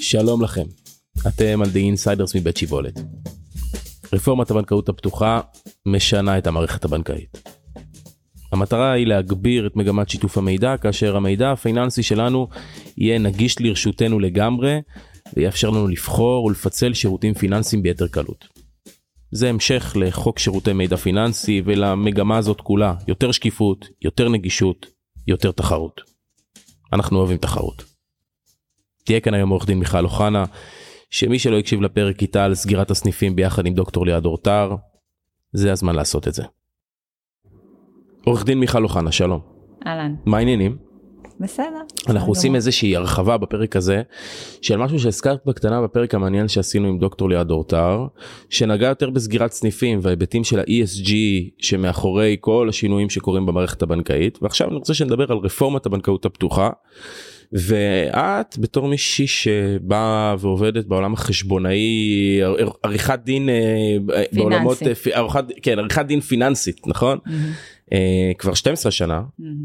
שלום לכם, אתם על The Insiders מבית שיבולת. רפורמת הבנקאות הפתוחה משנה את המערכת הבנקאית. המטרה היא להגביר את מגמת שיתוף המידע, כאשר המידע הפיננסי שלנו יהיה נגיש לרשותנו לגמרי, ויאפשר לנו לבחור ולפצל שירותים פיננסיים ביתר קלות. זה המשך לחוק שירותי מידע פיננסי ולמגמה הזאת כולה, יותר שקיפות, יותר נגישות, יותר תחרות. אנחנו אוהבים תחרות. תהיה כאן היום עורך דין מיכל אוחנה, שמי שלא יקשיב לפרק איתה על סגירת הסניפים ביחד עם דוקטור ליעד אורטר, זה הזמן לעשות את זה. עורך דין מיכל אוחנה, שלום. אהלן. מה העניינים? בסדר. אנחנו עושים איזושהי הרחבה בפרק הזה, של משהו שהזכרת בקטנה בפרק המעניין שעשינו עם דוקטור ליעד אורטר, שנגע יותר בסגירת סניפים וההיבטים של ה-ESG שמאחורי כל השינויים שקורים במערכת הבנקאית, ועכשיו אני רוצה שנדבר על רפורמת הבנקאות הפתוחה, ואת בתור מישהי שבאה ועובדת בעולם החשבונאי, עריכת דין בעולמות, כן, עריכת דין פיננסית, נכון? כבר 12 שנה.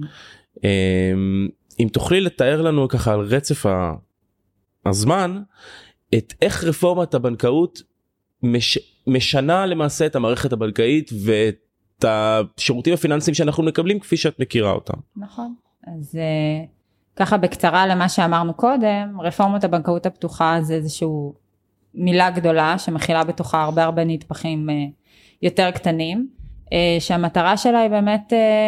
אם תוכלי לתאר לנו ככה על רצף הזמן, את איך רפורמת הבנקאות משנה למעשה את המערכת הבנקאית ואת השירותים הפיננסיים שאנחנו מקבלים כפי שאת מכירה אותם. נכון. אז ככה בקצרה למה שאמרנו קודם, רפורמת הבנקאות הפתוחה זה איזשהו מילה גדולה שמכילה בתוכה הרבה נדבכים יותר קטנים, שהמטרה שלה היא באמת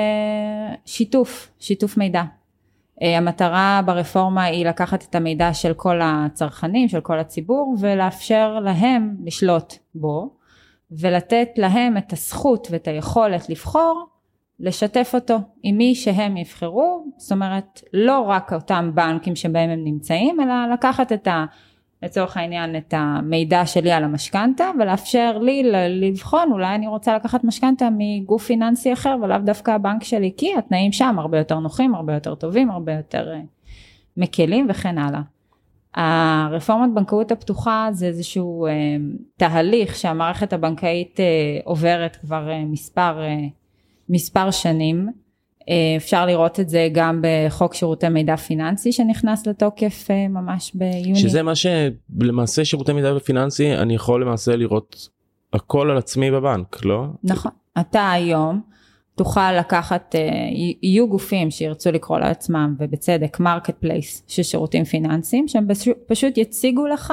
שיתוף מידע. המטרה ברפורמה היא לקחת את המידע של כל הצרכנים, של כל הציבור, ולאפשר להם לשלוט בו, ולתת להם את הזכות ואת היכולת לבחור, לשתף אותו עם מי שהם יבחרו, זאת אומרת לא רק אותם בנקים שבהם הם נמצאים, אלא לקחת לצורך העניין את המידע שלי על המשכנתה, ולאפשר לי לבחון, אולי אני רוצה לקחת משכנתה מגוף פיננסי אחר, ולאו דווקא הבנק שלי, כי התנאים שם הרבה יותר נוחים, הרבה יותר טובים, הרבה יותר מקלים וכן הלאה. הרפורמת בנקאות הפתוחה זה איזשהו תהליך שהמערכת הבנקאית עוברת כבר מספר שנים, אפשר לראות את זה גם בחוק שירותי מידע פיננסי שנכנס לתוקף ממש ביוני. שזה מה שלמעשה שירותי מידע פיננסי, אני יכול למעשה לראות הכל על עצמי בבנק, לא? נכון. אתה היום תוכל לקחת, יהיו גופים שירצו לקרוא לעצמם, ובצדק, מרקט פלייס של שירותים פיננסיים, שהם פשוט יציגו לך,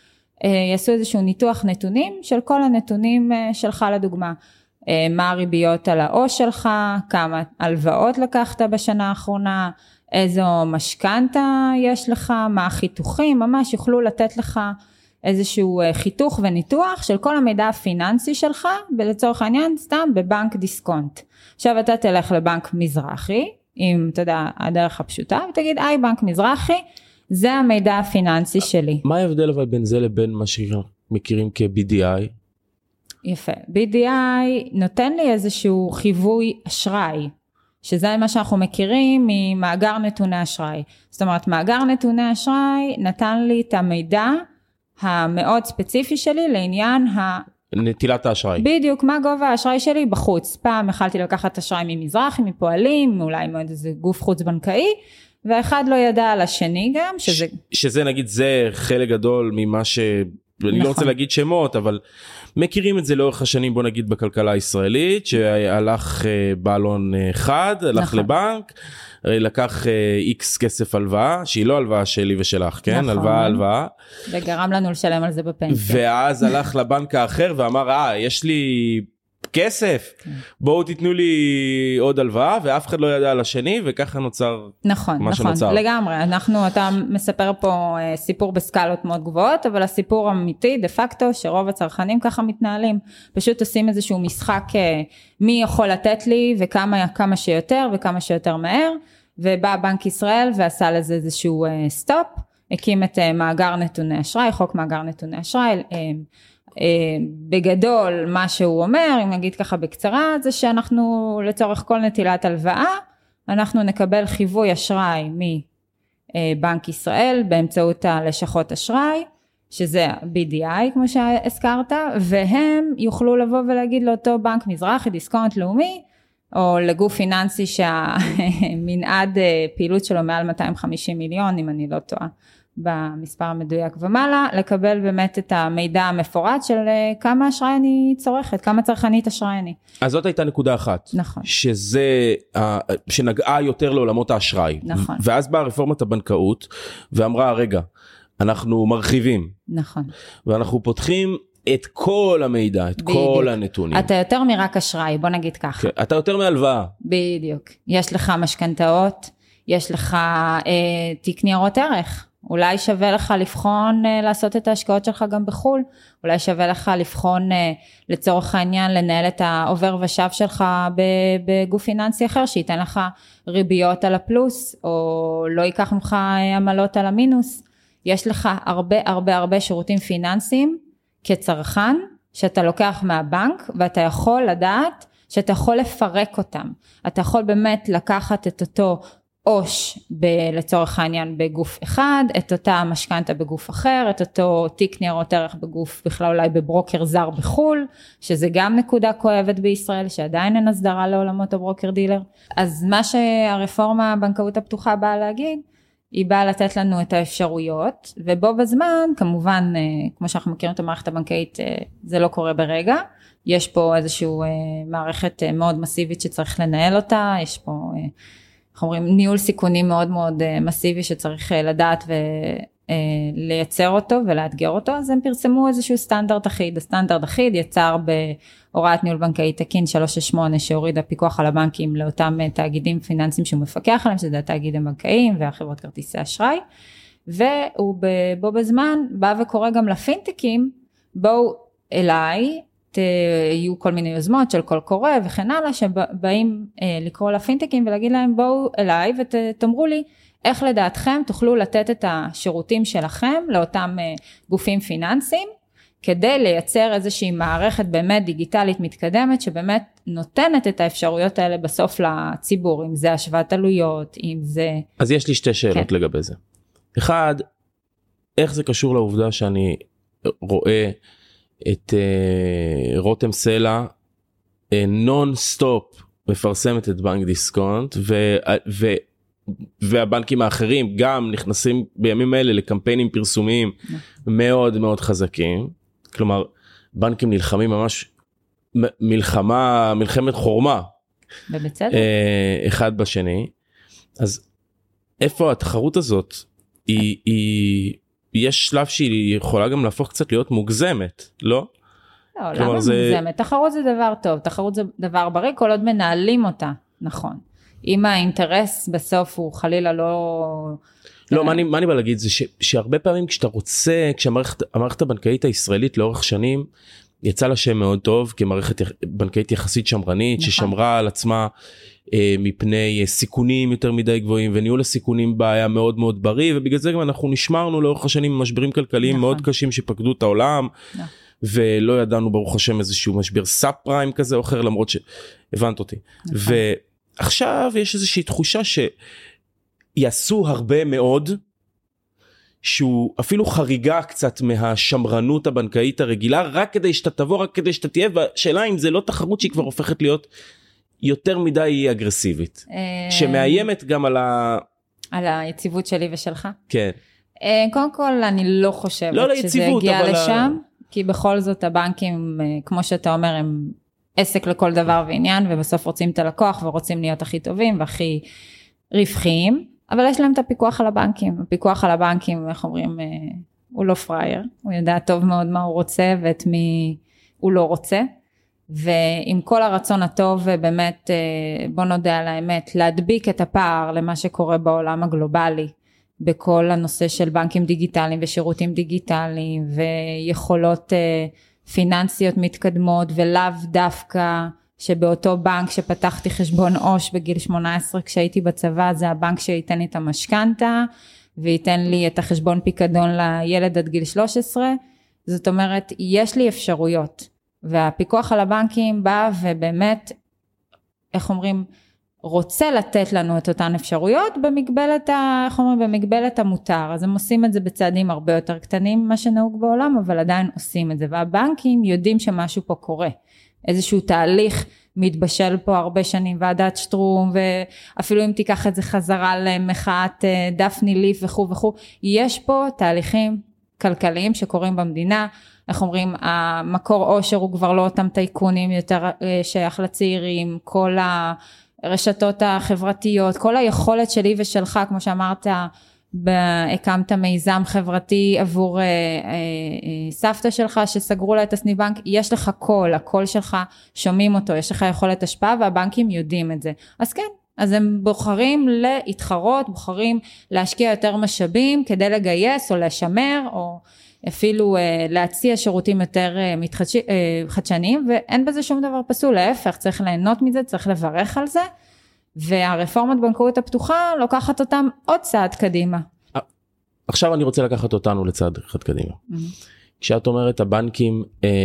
יעשו איזשהו ניתוח נתונים של כל הנתונים שלך לדוגמה. מה הריביות על העו"ש שלך, כמה הלוואות לקחת בשנה האחרונה, איזו משכנתה יש לך, מה החיתוכים, ממש יוכלו לתת לך איזשהו חיתוך וניתוח של כל המידע הפיננסי שלך, ולצורך העניין סתם בבנק דיסקונט. עכשיו אתה תלך לבנק מזרחי, אם אתה יודע, הדרך הפשוטה, ותגיד, בנק מזרחי, זה המידע הפיננסי שלי. מה ההבדל אבל בין זה לבין מה שמכירים כ-BDI? יפה, BDI נותן לי איזשהו חיווי אשראי, שזה מה שאנחנו מכירים ממאגר נתוני אשראי. זאת אומרת, מאגר נתוני אשראי נתן לי את המידע המאוד ספציפי שלי לעניין נטילת האשראי. בדיוק, מה גובה האשראי שלי בחוץ. פעם יכלתי לקחת אשראי ממזרחי, מפועלים, אולי מאיזה גוף חוץ בנקאי, ואחד לא ידע על השני גם, שזה נגיד זה חלק גדול ממה אני לא רוצה להגיד שמות, אבל מכירים את זה לאורך השנים, בוא נגיד בכלכלה הישראלית, שהלך בעלון אחד, הלך לבנק, לקח X כסף הלוואה, שהיא לא הלוואה שלי ושלך, כן? הלוואה. וגרם לנו לשלם על זה בפנסיה. ואז הלך לבנק האחר ואמר, יש לי כסף, בואו תיתנו לי עוד הלוואה, ואף אחד לא ידע על השני, וככה נוצר מה שנוצר. לגמרי, אתה מספר פה סיפור בסקלות מאוד גבוהות, אבל הסיפור האמיתי, דה פקטו, שרוב הצרכנים ככה מתנהלים, פשוט עושים איזשהו משחק, מי יכול לתת לי, וכמה שיותר, וכמה שיותר מהר, ובא בנק ישראל, ועשה לזה איזשהו סטופ, הקים את מאגר נתוני אשראי, חוק מאגר נתוני אשראי, בגדול מה שהוא אומר, אם נגיד ככה בקצרה, זה שאנחנו לצורך כל נטילת הלוואה, אנחנו נקבל חיווי אשראי מבנק ישראל, באמצעות הלשכות אשראי, שזה BDI כמו שהזכרת, והם יוכלו לבוא ולהגיד לאותו בנק מזרחי, דיסקונט לאומי, או לגוף פיננסי שהמנעד פעילות שלו מעל 250 מיליון, אם אני לא טועה. במספר המדויק ומעלה, לקבל באמת את המידע המפורט של כמה אשראי אני צורכת, כמה צרכנית אשראי אני. אז זאת הייתה נקודה אחת. נכון. שנגעה יותר לעולמות האשראי. נכון. ואז באה רפורמת הבנקאות, ואמרה, רגע, אנחנו מרחיבים. נכון. ואנחנו פותחים את כל המידע, את כל הנתונים. אתה יותר מרק אשראי, בוא נגיד ככה. כן, אתה יותר מהלוואה. בדיוק. יש לך משכנתאות, יש לך תיק ניירות ערך. אולי שווה לך לבחון לעשות את ההשקעות שלך גם בחול, אולי שווה לך לבחון לצורך העניין לנהל את העובר ושב שלך בגוף פיננסי אחר, שייתן לך ריביות על הפלוס, או לא ייקח ממך עמלות על המינוס. יש לך הרבה שירותים פיננסיים כצרכן, שאתה לוקח מהבנק, ואתה יכול לדעת שאתה יכול לפרק אותם. אתה יכול באמת לקחת את אותו עו"ש לצורך העניין בגוף אחד, את אותה משכנתא בגוף אחר, את אותו תיק ניירות ערך בגוף, בכלל אולי בברוקר זר בחול, שזה גם נקודה כואבת בישראל, שעדיין אין הסדרה לעולמות הברוקר דילר. אז מה שהרפורמה הבנקאות הפתוחה באה להגיד, היא באה לתת לנו את האפשרויות, ובו בזמן, כמובן, כמו שאנחנו מכירים את המערכת הבנקאית, זה לא קורה ברגע, יש פה איזושהי מערכת מאוד מסיבית שצריך לנהל אותה, יש פה אנחנו אומרים, ניהול סיכונים מאוד מאוד מסיבי שצריך לדעת ולייצר אותו ולאתגר אותו, אז הם פרסמו איזשהו סטנדרט אחיד. הסטנדרט אחיד יצר בהוראת ניהול בנקאי תקין 368 שהוריד הפיקוח על הבנקים לאותם תאגידים פיננסיים שהוא מפקח עליהם, שזה התאגידים בנקאיים והחברות כרטיסי אשראי, והוא בו בזמן בא וקורא גם לפינטקים, בואו אליי, יהיו כל מיני יוזמות של קול קורא וכן הלאה, שבאים לקרוא לפינטקים ולהגיד להם בואו אליי ותאמרו לי איך לדעתכם תוכלו לתת את השירותים שלכם לאותם גופים פיננסיים, כדי לייצר איזושהי מערכת באמת דיגיטלית מתקדמת, שבאמת נותנת את האפשרויות האלה בסוף לציבור, אם זה השוואת עלויות, אם זה... אז יש לי שתי שאלות כן. לגבי זה. אחד, איך זה קשור לעובדה שאני רואה את רותם סלע נון סטופ מפרסמת את בנק דיסקונט והבנקים האחרים גם נכנסים בימים האלה לקמפיינים פרסומיים מאוד מאוד חזקים, כלומר בנקים נלחמים ממש מלחמת חורמה ובצדק אחד בשני. אז איפה התחרות הזאת יש שלב שהיא יכולה גם להפוך קצת להיות מוגזמת, לא? לא, למה מוגזמת? תחרות זה דבר טוב, תחרות זה דבר בריא, כל עוד מנהלים אותה, נכון. אם האינטרס בסוף הוא חלילה לא... לא, מה אני בא להגיד זה שהרבה פעמים כשאתה רוצה, כשהמערכת הבנקאית הישראלית לאורך שנים, יצא לה שם מאוד טוב, כמערכת בנקאית יחסית שמרנית, ששמרה על עצמה מפני סיכונים יותר מדי גבוהים, וניהול הסיכונים בה היה מאוד מאוד בריא, ובגלל זה גם אנחנו נשמרנו לאורך השנים משברים כלכליים מאוד קשים שפקדו את העולם, ולא ידענו ברוך השם איזשהו משבר סאב פריים כזה או אחר, למרות שהבנת אותי. ועכשיו יש איזושהי תחושה שיעשו הרבה מאוד, שהוא אפילו חריגה קצת מהשמרנות הבנקאית הרגילה, רק כדי שאתה תבוא, רק כדי שאתה תהיה, והשאלה אם זה לא תחרות שהיא כבר הופכת להיות יותר מדי אגרסיבית, שמאיימת גם על היציבות שלי ושלך? כן. קודם כל, אני לא חושבת שזה יגיע לשם, כי בכל זאת הבנקים, כמו שאתה אומר, הם עסק לכל דבר ועניין, ובסוף רוצים את הלקוח, ורוצים להיות הכי טובים והכי רווחיים, אבל יש להם את הפיקוח על הבנקים. הפיקוח על הבנקים, איך אומרים, הוא לא פרייר, הוא יודע טוב מאוד מה הוא רוצה, ואת מי הוא לא רוצה, ועם כל הרצון הטוב, באמת, בוא נודע על האמת, להדביק את הפער למה שקורה בעולם הגלובלי, בכל הנושא של בנקים דיגיטליים ושירותים דיגיטליים, ויכולות פיננסיות מתקדמות, ולאו דווקא שבאותו בנק שפתחתי חשבון עו"ש בגיל 18 כשהייתי בצבא, זה הבנק שייתן לי את המשכנתא, וייתן לי את החשבון פיקדון לילד עד גיל 13, זאת אומרת, יש לי אפשרויות, והפיקוח על הבנקים בא ובאמת, איך אומרים, רוצה לתת לנו את אותן אפשרויות במגבלת המותר, אז הם עושים את זה בצעדים הרבה יותר קטנים ממה שנהוג בעולם, אבל עדיין עושים את זה, והבנקים יודעים שמשהו פה קורה, איזשהו תהליך מתבשל פה הרבה שנים, ועדת שטרום, ואפילו אם תיקח את זה חזרה למחאת דפני ליף וכו', יש פה תהליכים כלכליים שקורים במדינה, איך אומרים, המקור עושר הוא כבר לא אותם טייקונים, יותר שייך לצעירים, כל הרשתות החברתיות, כל היכולת שלי ושלך, כמו שאמרת, הקמת מיזם חברתי עבור סבתא שלך שסגרו לה את הסניף בנק, יש לך הקול שלך שומעים אותו, יש לך יכולת השפעה והבנקים יודעים את זה. אז כן, אז הם בוחרים להתחרות, בוחרים להשקיע יותר משאבים כדי לגייס או לשמר או אפילו להציע שירותים יותר חדשניים, ואין בזה שום דבר פסול, להפך, צריך ליהנות מזה, צריך לברך על זה, והרפורמת בנקאות הפתוחה לוקחת אותם עוד צעד קדימה. עכשיו אני רוצה לקחת אותנו לצעד אחד קדימה. כשאת אומרת הבנקים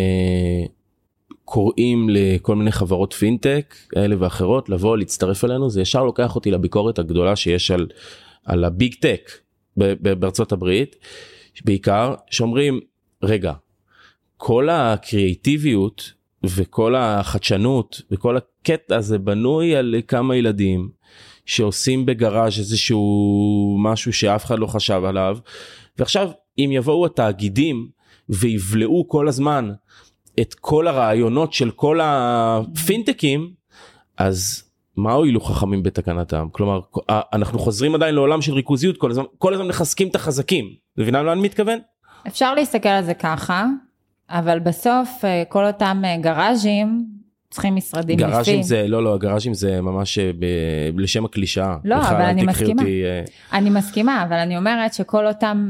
קוראים לכל מיני חברות פינטק, אלה ואחרות, לבוא, להצטרף אלינו, זה ישר לוקח אותי לביקורת הגדולה שיש על הביג טק בארצות הברית, בעיקר שאומרים, רגע, כל הקריאטיביות וכל החדשנות וכל הקטע הזה בנוי על כמה ילדים שעושים בגראז' איזשהו משהו שאף אחד לא חשב עליו, ועכשיו אם יבואו התאגידים ויבלעו כל הזמן את כל הרעיונות של כל הפינטקים, אז מה הועילו חכמים בתקנתם? כלומר, אנחנו חוזרים עדיין לעולם של ריכוזיות, כל הזמן מחזקים את החזקים. מבינה מה אני מתכוון? אפשר להסתכל על זה ככה, אבל בסוף כל אותם גראז'ים צריכים משרדים נפים. גראז'ים זה, לא, גראז'ים זה ממש לשם הקלישה. לא, אבל אני מסכימה. אני מסכימה, אבל אני אומרת שכל אותם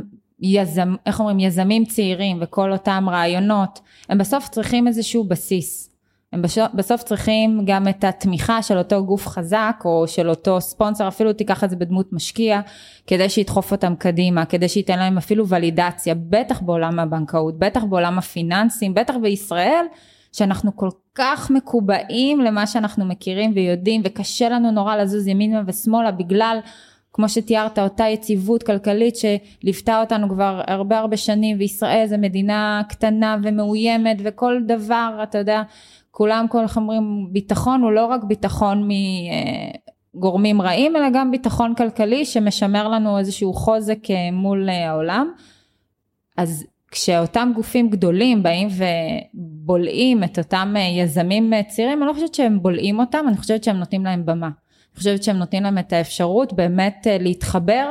יזמים צעירים וכל אותם רעיונות, הם בסוף צריכים איזשהו בסיס. הם בסוף צריכים גם את התמיכה של אותו גוף חזק, או של אותו ספונסר, אפילו תיקח את זה בדמות משקיע, כדי שידחוף אותם קדימה, כדי שייתן להם אפילו ולידציה, בטח בעולם הבנקאות, בטח בעולם הפיננסים, בטח בישראל, שאנחנו כל כך מקובעים למה שאנחנו מכירים ויודעים, וקשה לנו נורא לזוז ימינה ושמאלה, בגלל, כמו שתיארת, אותה יציבות כלכלית שליוותה אותנו כבר הרבה שנים, וישראל זה מדינה קטנה ומאוימת, וכל דבר, אתה יודע, כולם כל אומרים, ביטחון הוא לא רק ביטחון מגורמים רעים, אלא גם ביטחון כלכלי שמשמר לנו איזשהו חוזק מול העולם. אז כשאותם גופים גדולים באים ובולעים את אותם יזמים צעירים, אני לא חושבת שהם בולעים אותם, אני חושבת שהם נותנים להם במה. אני חושבת שהם נותנים להם את האפשרות באמת להתחבר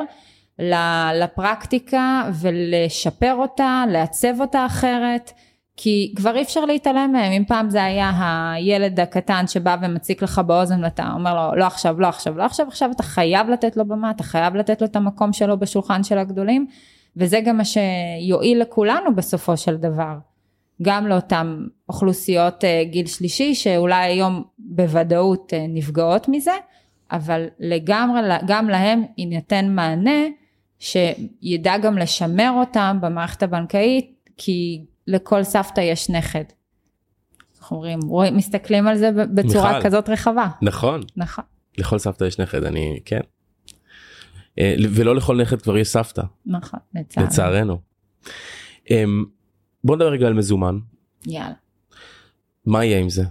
לפרקטיקה ולשפר אותה, לעצב אותה אחרת, כי כבר אי אפשר להתעלם מהם. אם פעם זה היה הילד הקטן שבא ומציק לך באוזן ואתה אומר לו לא עכשיו, לא עכשיו, לא עכשיו, עכשיו אתה חייב לתת לו במה, אתה חייב לתת לו את המקום שלו בשולחן של הגדולים, וזה גם מה שיועיל לכולנו בסופו של דבר. גם לאותם אוכלוסיות גיל שלישי שאולי היום בוודאות נפגעות מזה, אבל לגמרי גם להם יינתן מענה שידע גם לשמר אותם במערכת הבנקאית, כי לכל סבתא יש נכד. אנחנו אומרים, מסתכלים על זה בצורה מיכל, כזאת רחבה. נכון. לכל סבתא יש נכד, כן. ולא לכל נכד כבר יש סבתא. נכון, לצערנו. בוא נדבר רגע על מזומן. יאללה. מה יהיה עם זה?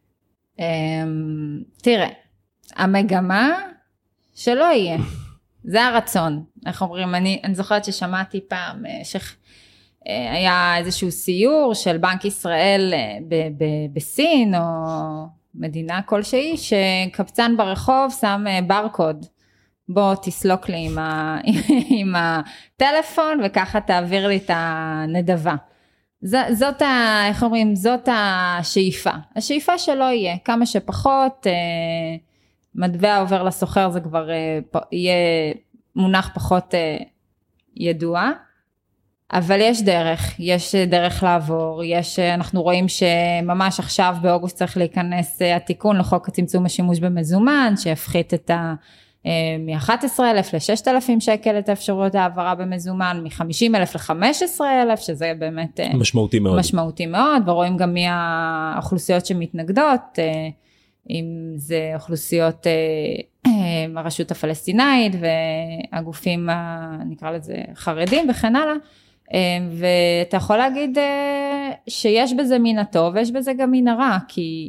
תראה, המגמה שלא יהיה. זה הרצון. איך אומרים, אני זוכרת ששמעתי פעם היה איזשהו סיור של בנק ישראל בסין או מדינה כלשהי, שקבצן ברחוב שם ברקוד, בוא תסלוק לי עם הטלפון וככה תעביר לי את הנדבה. זאת, איך אומרים, זאת השאיפה. השאיפה שלא יהיה, כמה שפחות, מטבע עובר לסוחר זה כבר יהיה מונח פחות ידוע. אבל יש דרך לעבור, אנחנו רואים שממש עכשיו באוגוסט צריך להיכנס התיקון לחוק הצמצום השימוש במזומן, שיפחית את מ-11,000 ל-6,000 שקל את האפשרויות העברה במזומן, מ-50,000 ל-15,000, שזה באמת משמעותי מאוד, ורואים גם מי האוכלוסיות שמתנגדות, אם זה אוכלוסיות הרשות הפלסטינאית, והגופים, נקרא לזה חרדים וכן הלאה, ואתה יכול להגיד, שיש בזה מן הטוב, ויש בזה גם מן הרע, כי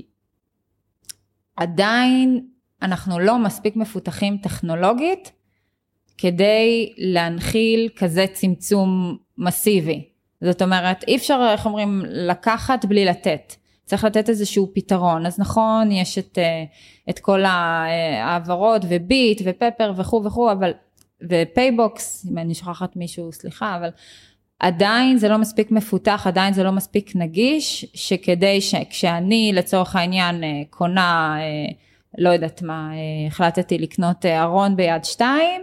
עדיין אנחנו לא מספיק מפותחים טכנולוגית, כדי להנחיל כזה צמצום מסיבי. זאת אומרת, אי אפשר, איך אומרים, לקחת בלי לתת. צריך לתת איזשהו פתרון. אז נכון, יש את כל העברות וביט ופפר וכו', אבל, ופייבוקס, אם אני שוכחת מישהו, סליחה, אבל עדיין זה לא מספיק מפותח, עדיין זה לא מספיק נגיש, שכדי שכשאני לצורך העניין קונה, לא יודעת מה, החלטתי לקנות ארון ביד 2,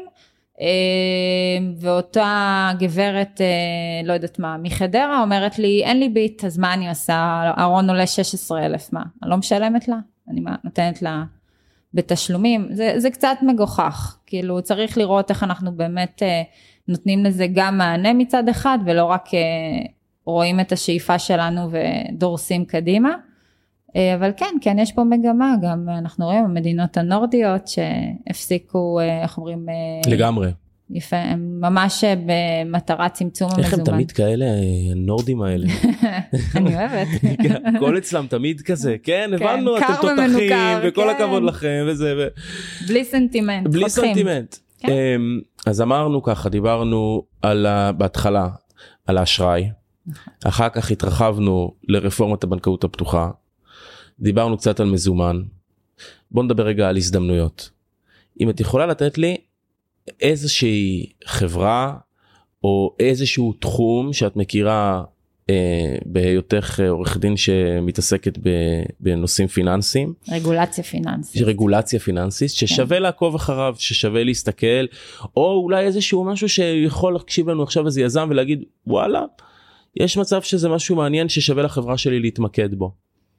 ואותה גברת, לא יודעת מה, מחדרה, אומרת לי, אין לי ביט, אז מה אני עושה? ארון עולה 16,000, מה? אני לא משלמת לה? אני נותנת לה בתשלומים? זה קצת מגוחך, כאילו צריך לראות איך אנחנו באמת נותנים לזה גם מענה מצד אחד, ולא רק רואים את השאיפה שלנו ודורסים קדימה, אבל כן, יש פה מגמה, גם אנחנו רואים המדינות הנורדיות שהפסיקו, איך אומרים? לגמרי. יפה, הם ממש במטרת צמצום המזומן. איך הם תמיד כאלה, הנורדים האלה? אני אוהבת. כל אצלם תמיד כזה, כן, הבנו, אתם תותחים, וכל הכבוד לכם, וזה. בלי סנטימנט. בלי סנטימנט. אז אמרנו ככה, דיברנו בהתחלה על האשראי, אחר כך התרחבנו לרפורמת הבנקאות הפתוחה, דיברנו קצת על מזומן, בוא נדבר רגע על הזדמנויות. אם את יכולה לתת לי איזושהי חברה, או איזשהו תחום שאת מכירה בהיותך עורך דין שמתעסקת בנושאים פיננסיים. רגולציה פיננסית, ששווה לעקוב אחריו, ששווה להסתכל, או אולי איזשהו משהו שיכול להקשיב לנו עכשיו איזה יזם ולהגיד, וואלה, יש מצב שזה משהו מעניין ששווה לחברה שלי להתמקד בו.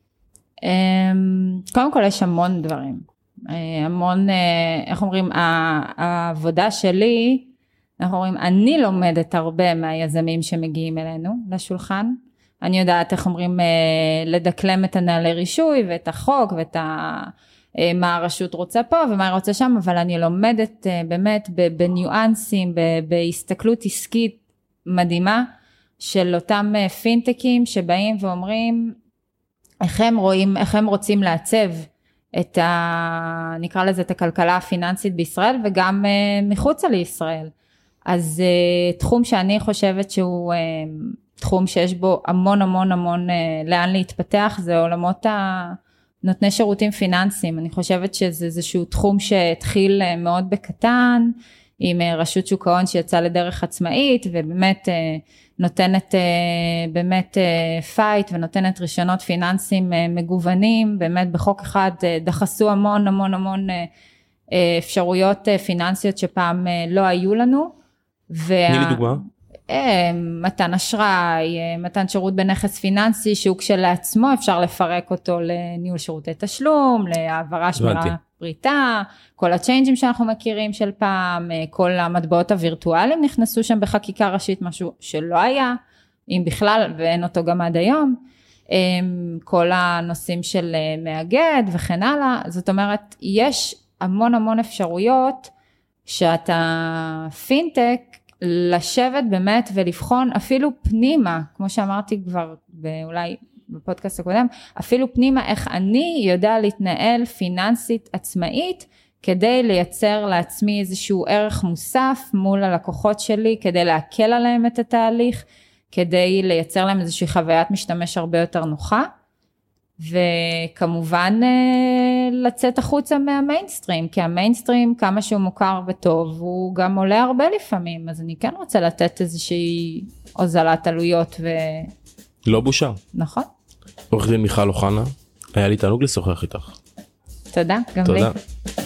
קודם כל יש המון דברים, המון, איך אומרים, העבודה שלי, אנחנו אומרים, אני לומדת הרבה מהיזמים שמגיעים אלינו לשולחן, אני יודעת איך אומרים, לדקלם את הנהלי רישוי ואת החוק ואת מה הרשות רוצה פה ומה היא רוצה שם, אבל אני לומדת באמת בניואנסים, בהסתכלות עסקית מדהימה של אותם פינטקים שבאים ואומרים, איך הם רוצים לעצב את נקרא לזה את הכלכלה הפיננסית בישראל וגם מחוצה לישראל. אז תחום שאני חושבת שהוא תחום שיש בו המון המון המון לאן להתפתח, זה עולמות נותני שירותים פיננסיים. אני חושבת שזה איזשהו תחום שהתחיל מאוד בקטן, עם רשות שוק ההון שיצאה לדרך עצמאית, ובאמת נותנת באמת פייט, ונותנת רישיונות פיננסיים מגוונים, באמת בחוק אחד דחסו המון המון המון אפשרויות פיננסיות שפעם לא היו לנו. תני לי דוגמה. מתן אשראי, מתן שירות בנכס פיננסי, שהוא כשלעצמו אפשר לפרק אותו לניהול שירותי תשלום, להעברה שמירה פריטה, כל הצ'יינג'ים שאנחנו מכירים של פעם, כל המטבעות הווירטואליים נכנסו שם בחקיקה ראשית, משהו שלא היה, אם בכלל, ואין אותו גם עד היום, כל הנושאים של מאגד וכן הלאה, זאת אומרת, יש המון המון אפשרויות, שאתה פינטק, לשבת באמת ולבחון אפילו פנימה, כמו שאמרתי כבר אולי בפודקאסט הקודם, אפילו פנימה איך אני יודע להתנהל פיננסית עצמאית, כדי לייצר לעצמי איזשהו ערך מוסף מול הלקוחות שלי, כדי להקל עליהם את התהליך, כדי לייצר להם איזושהי חוויית משתמש הרבה יותר נוחה, וכמובן לצאת החוצה מהמיינסטרים, כי המיינסטרים כמה שהוא מוכר וטוב, הוא גם עולה הרבה לפעמים, אז אני כן רוצה לתת איזושהי הוזלת עלויות לא בושה. נכון. עורך דין מיכל אוחנה, היה לי תענוג לשוחח איתך. תודה, גם לי.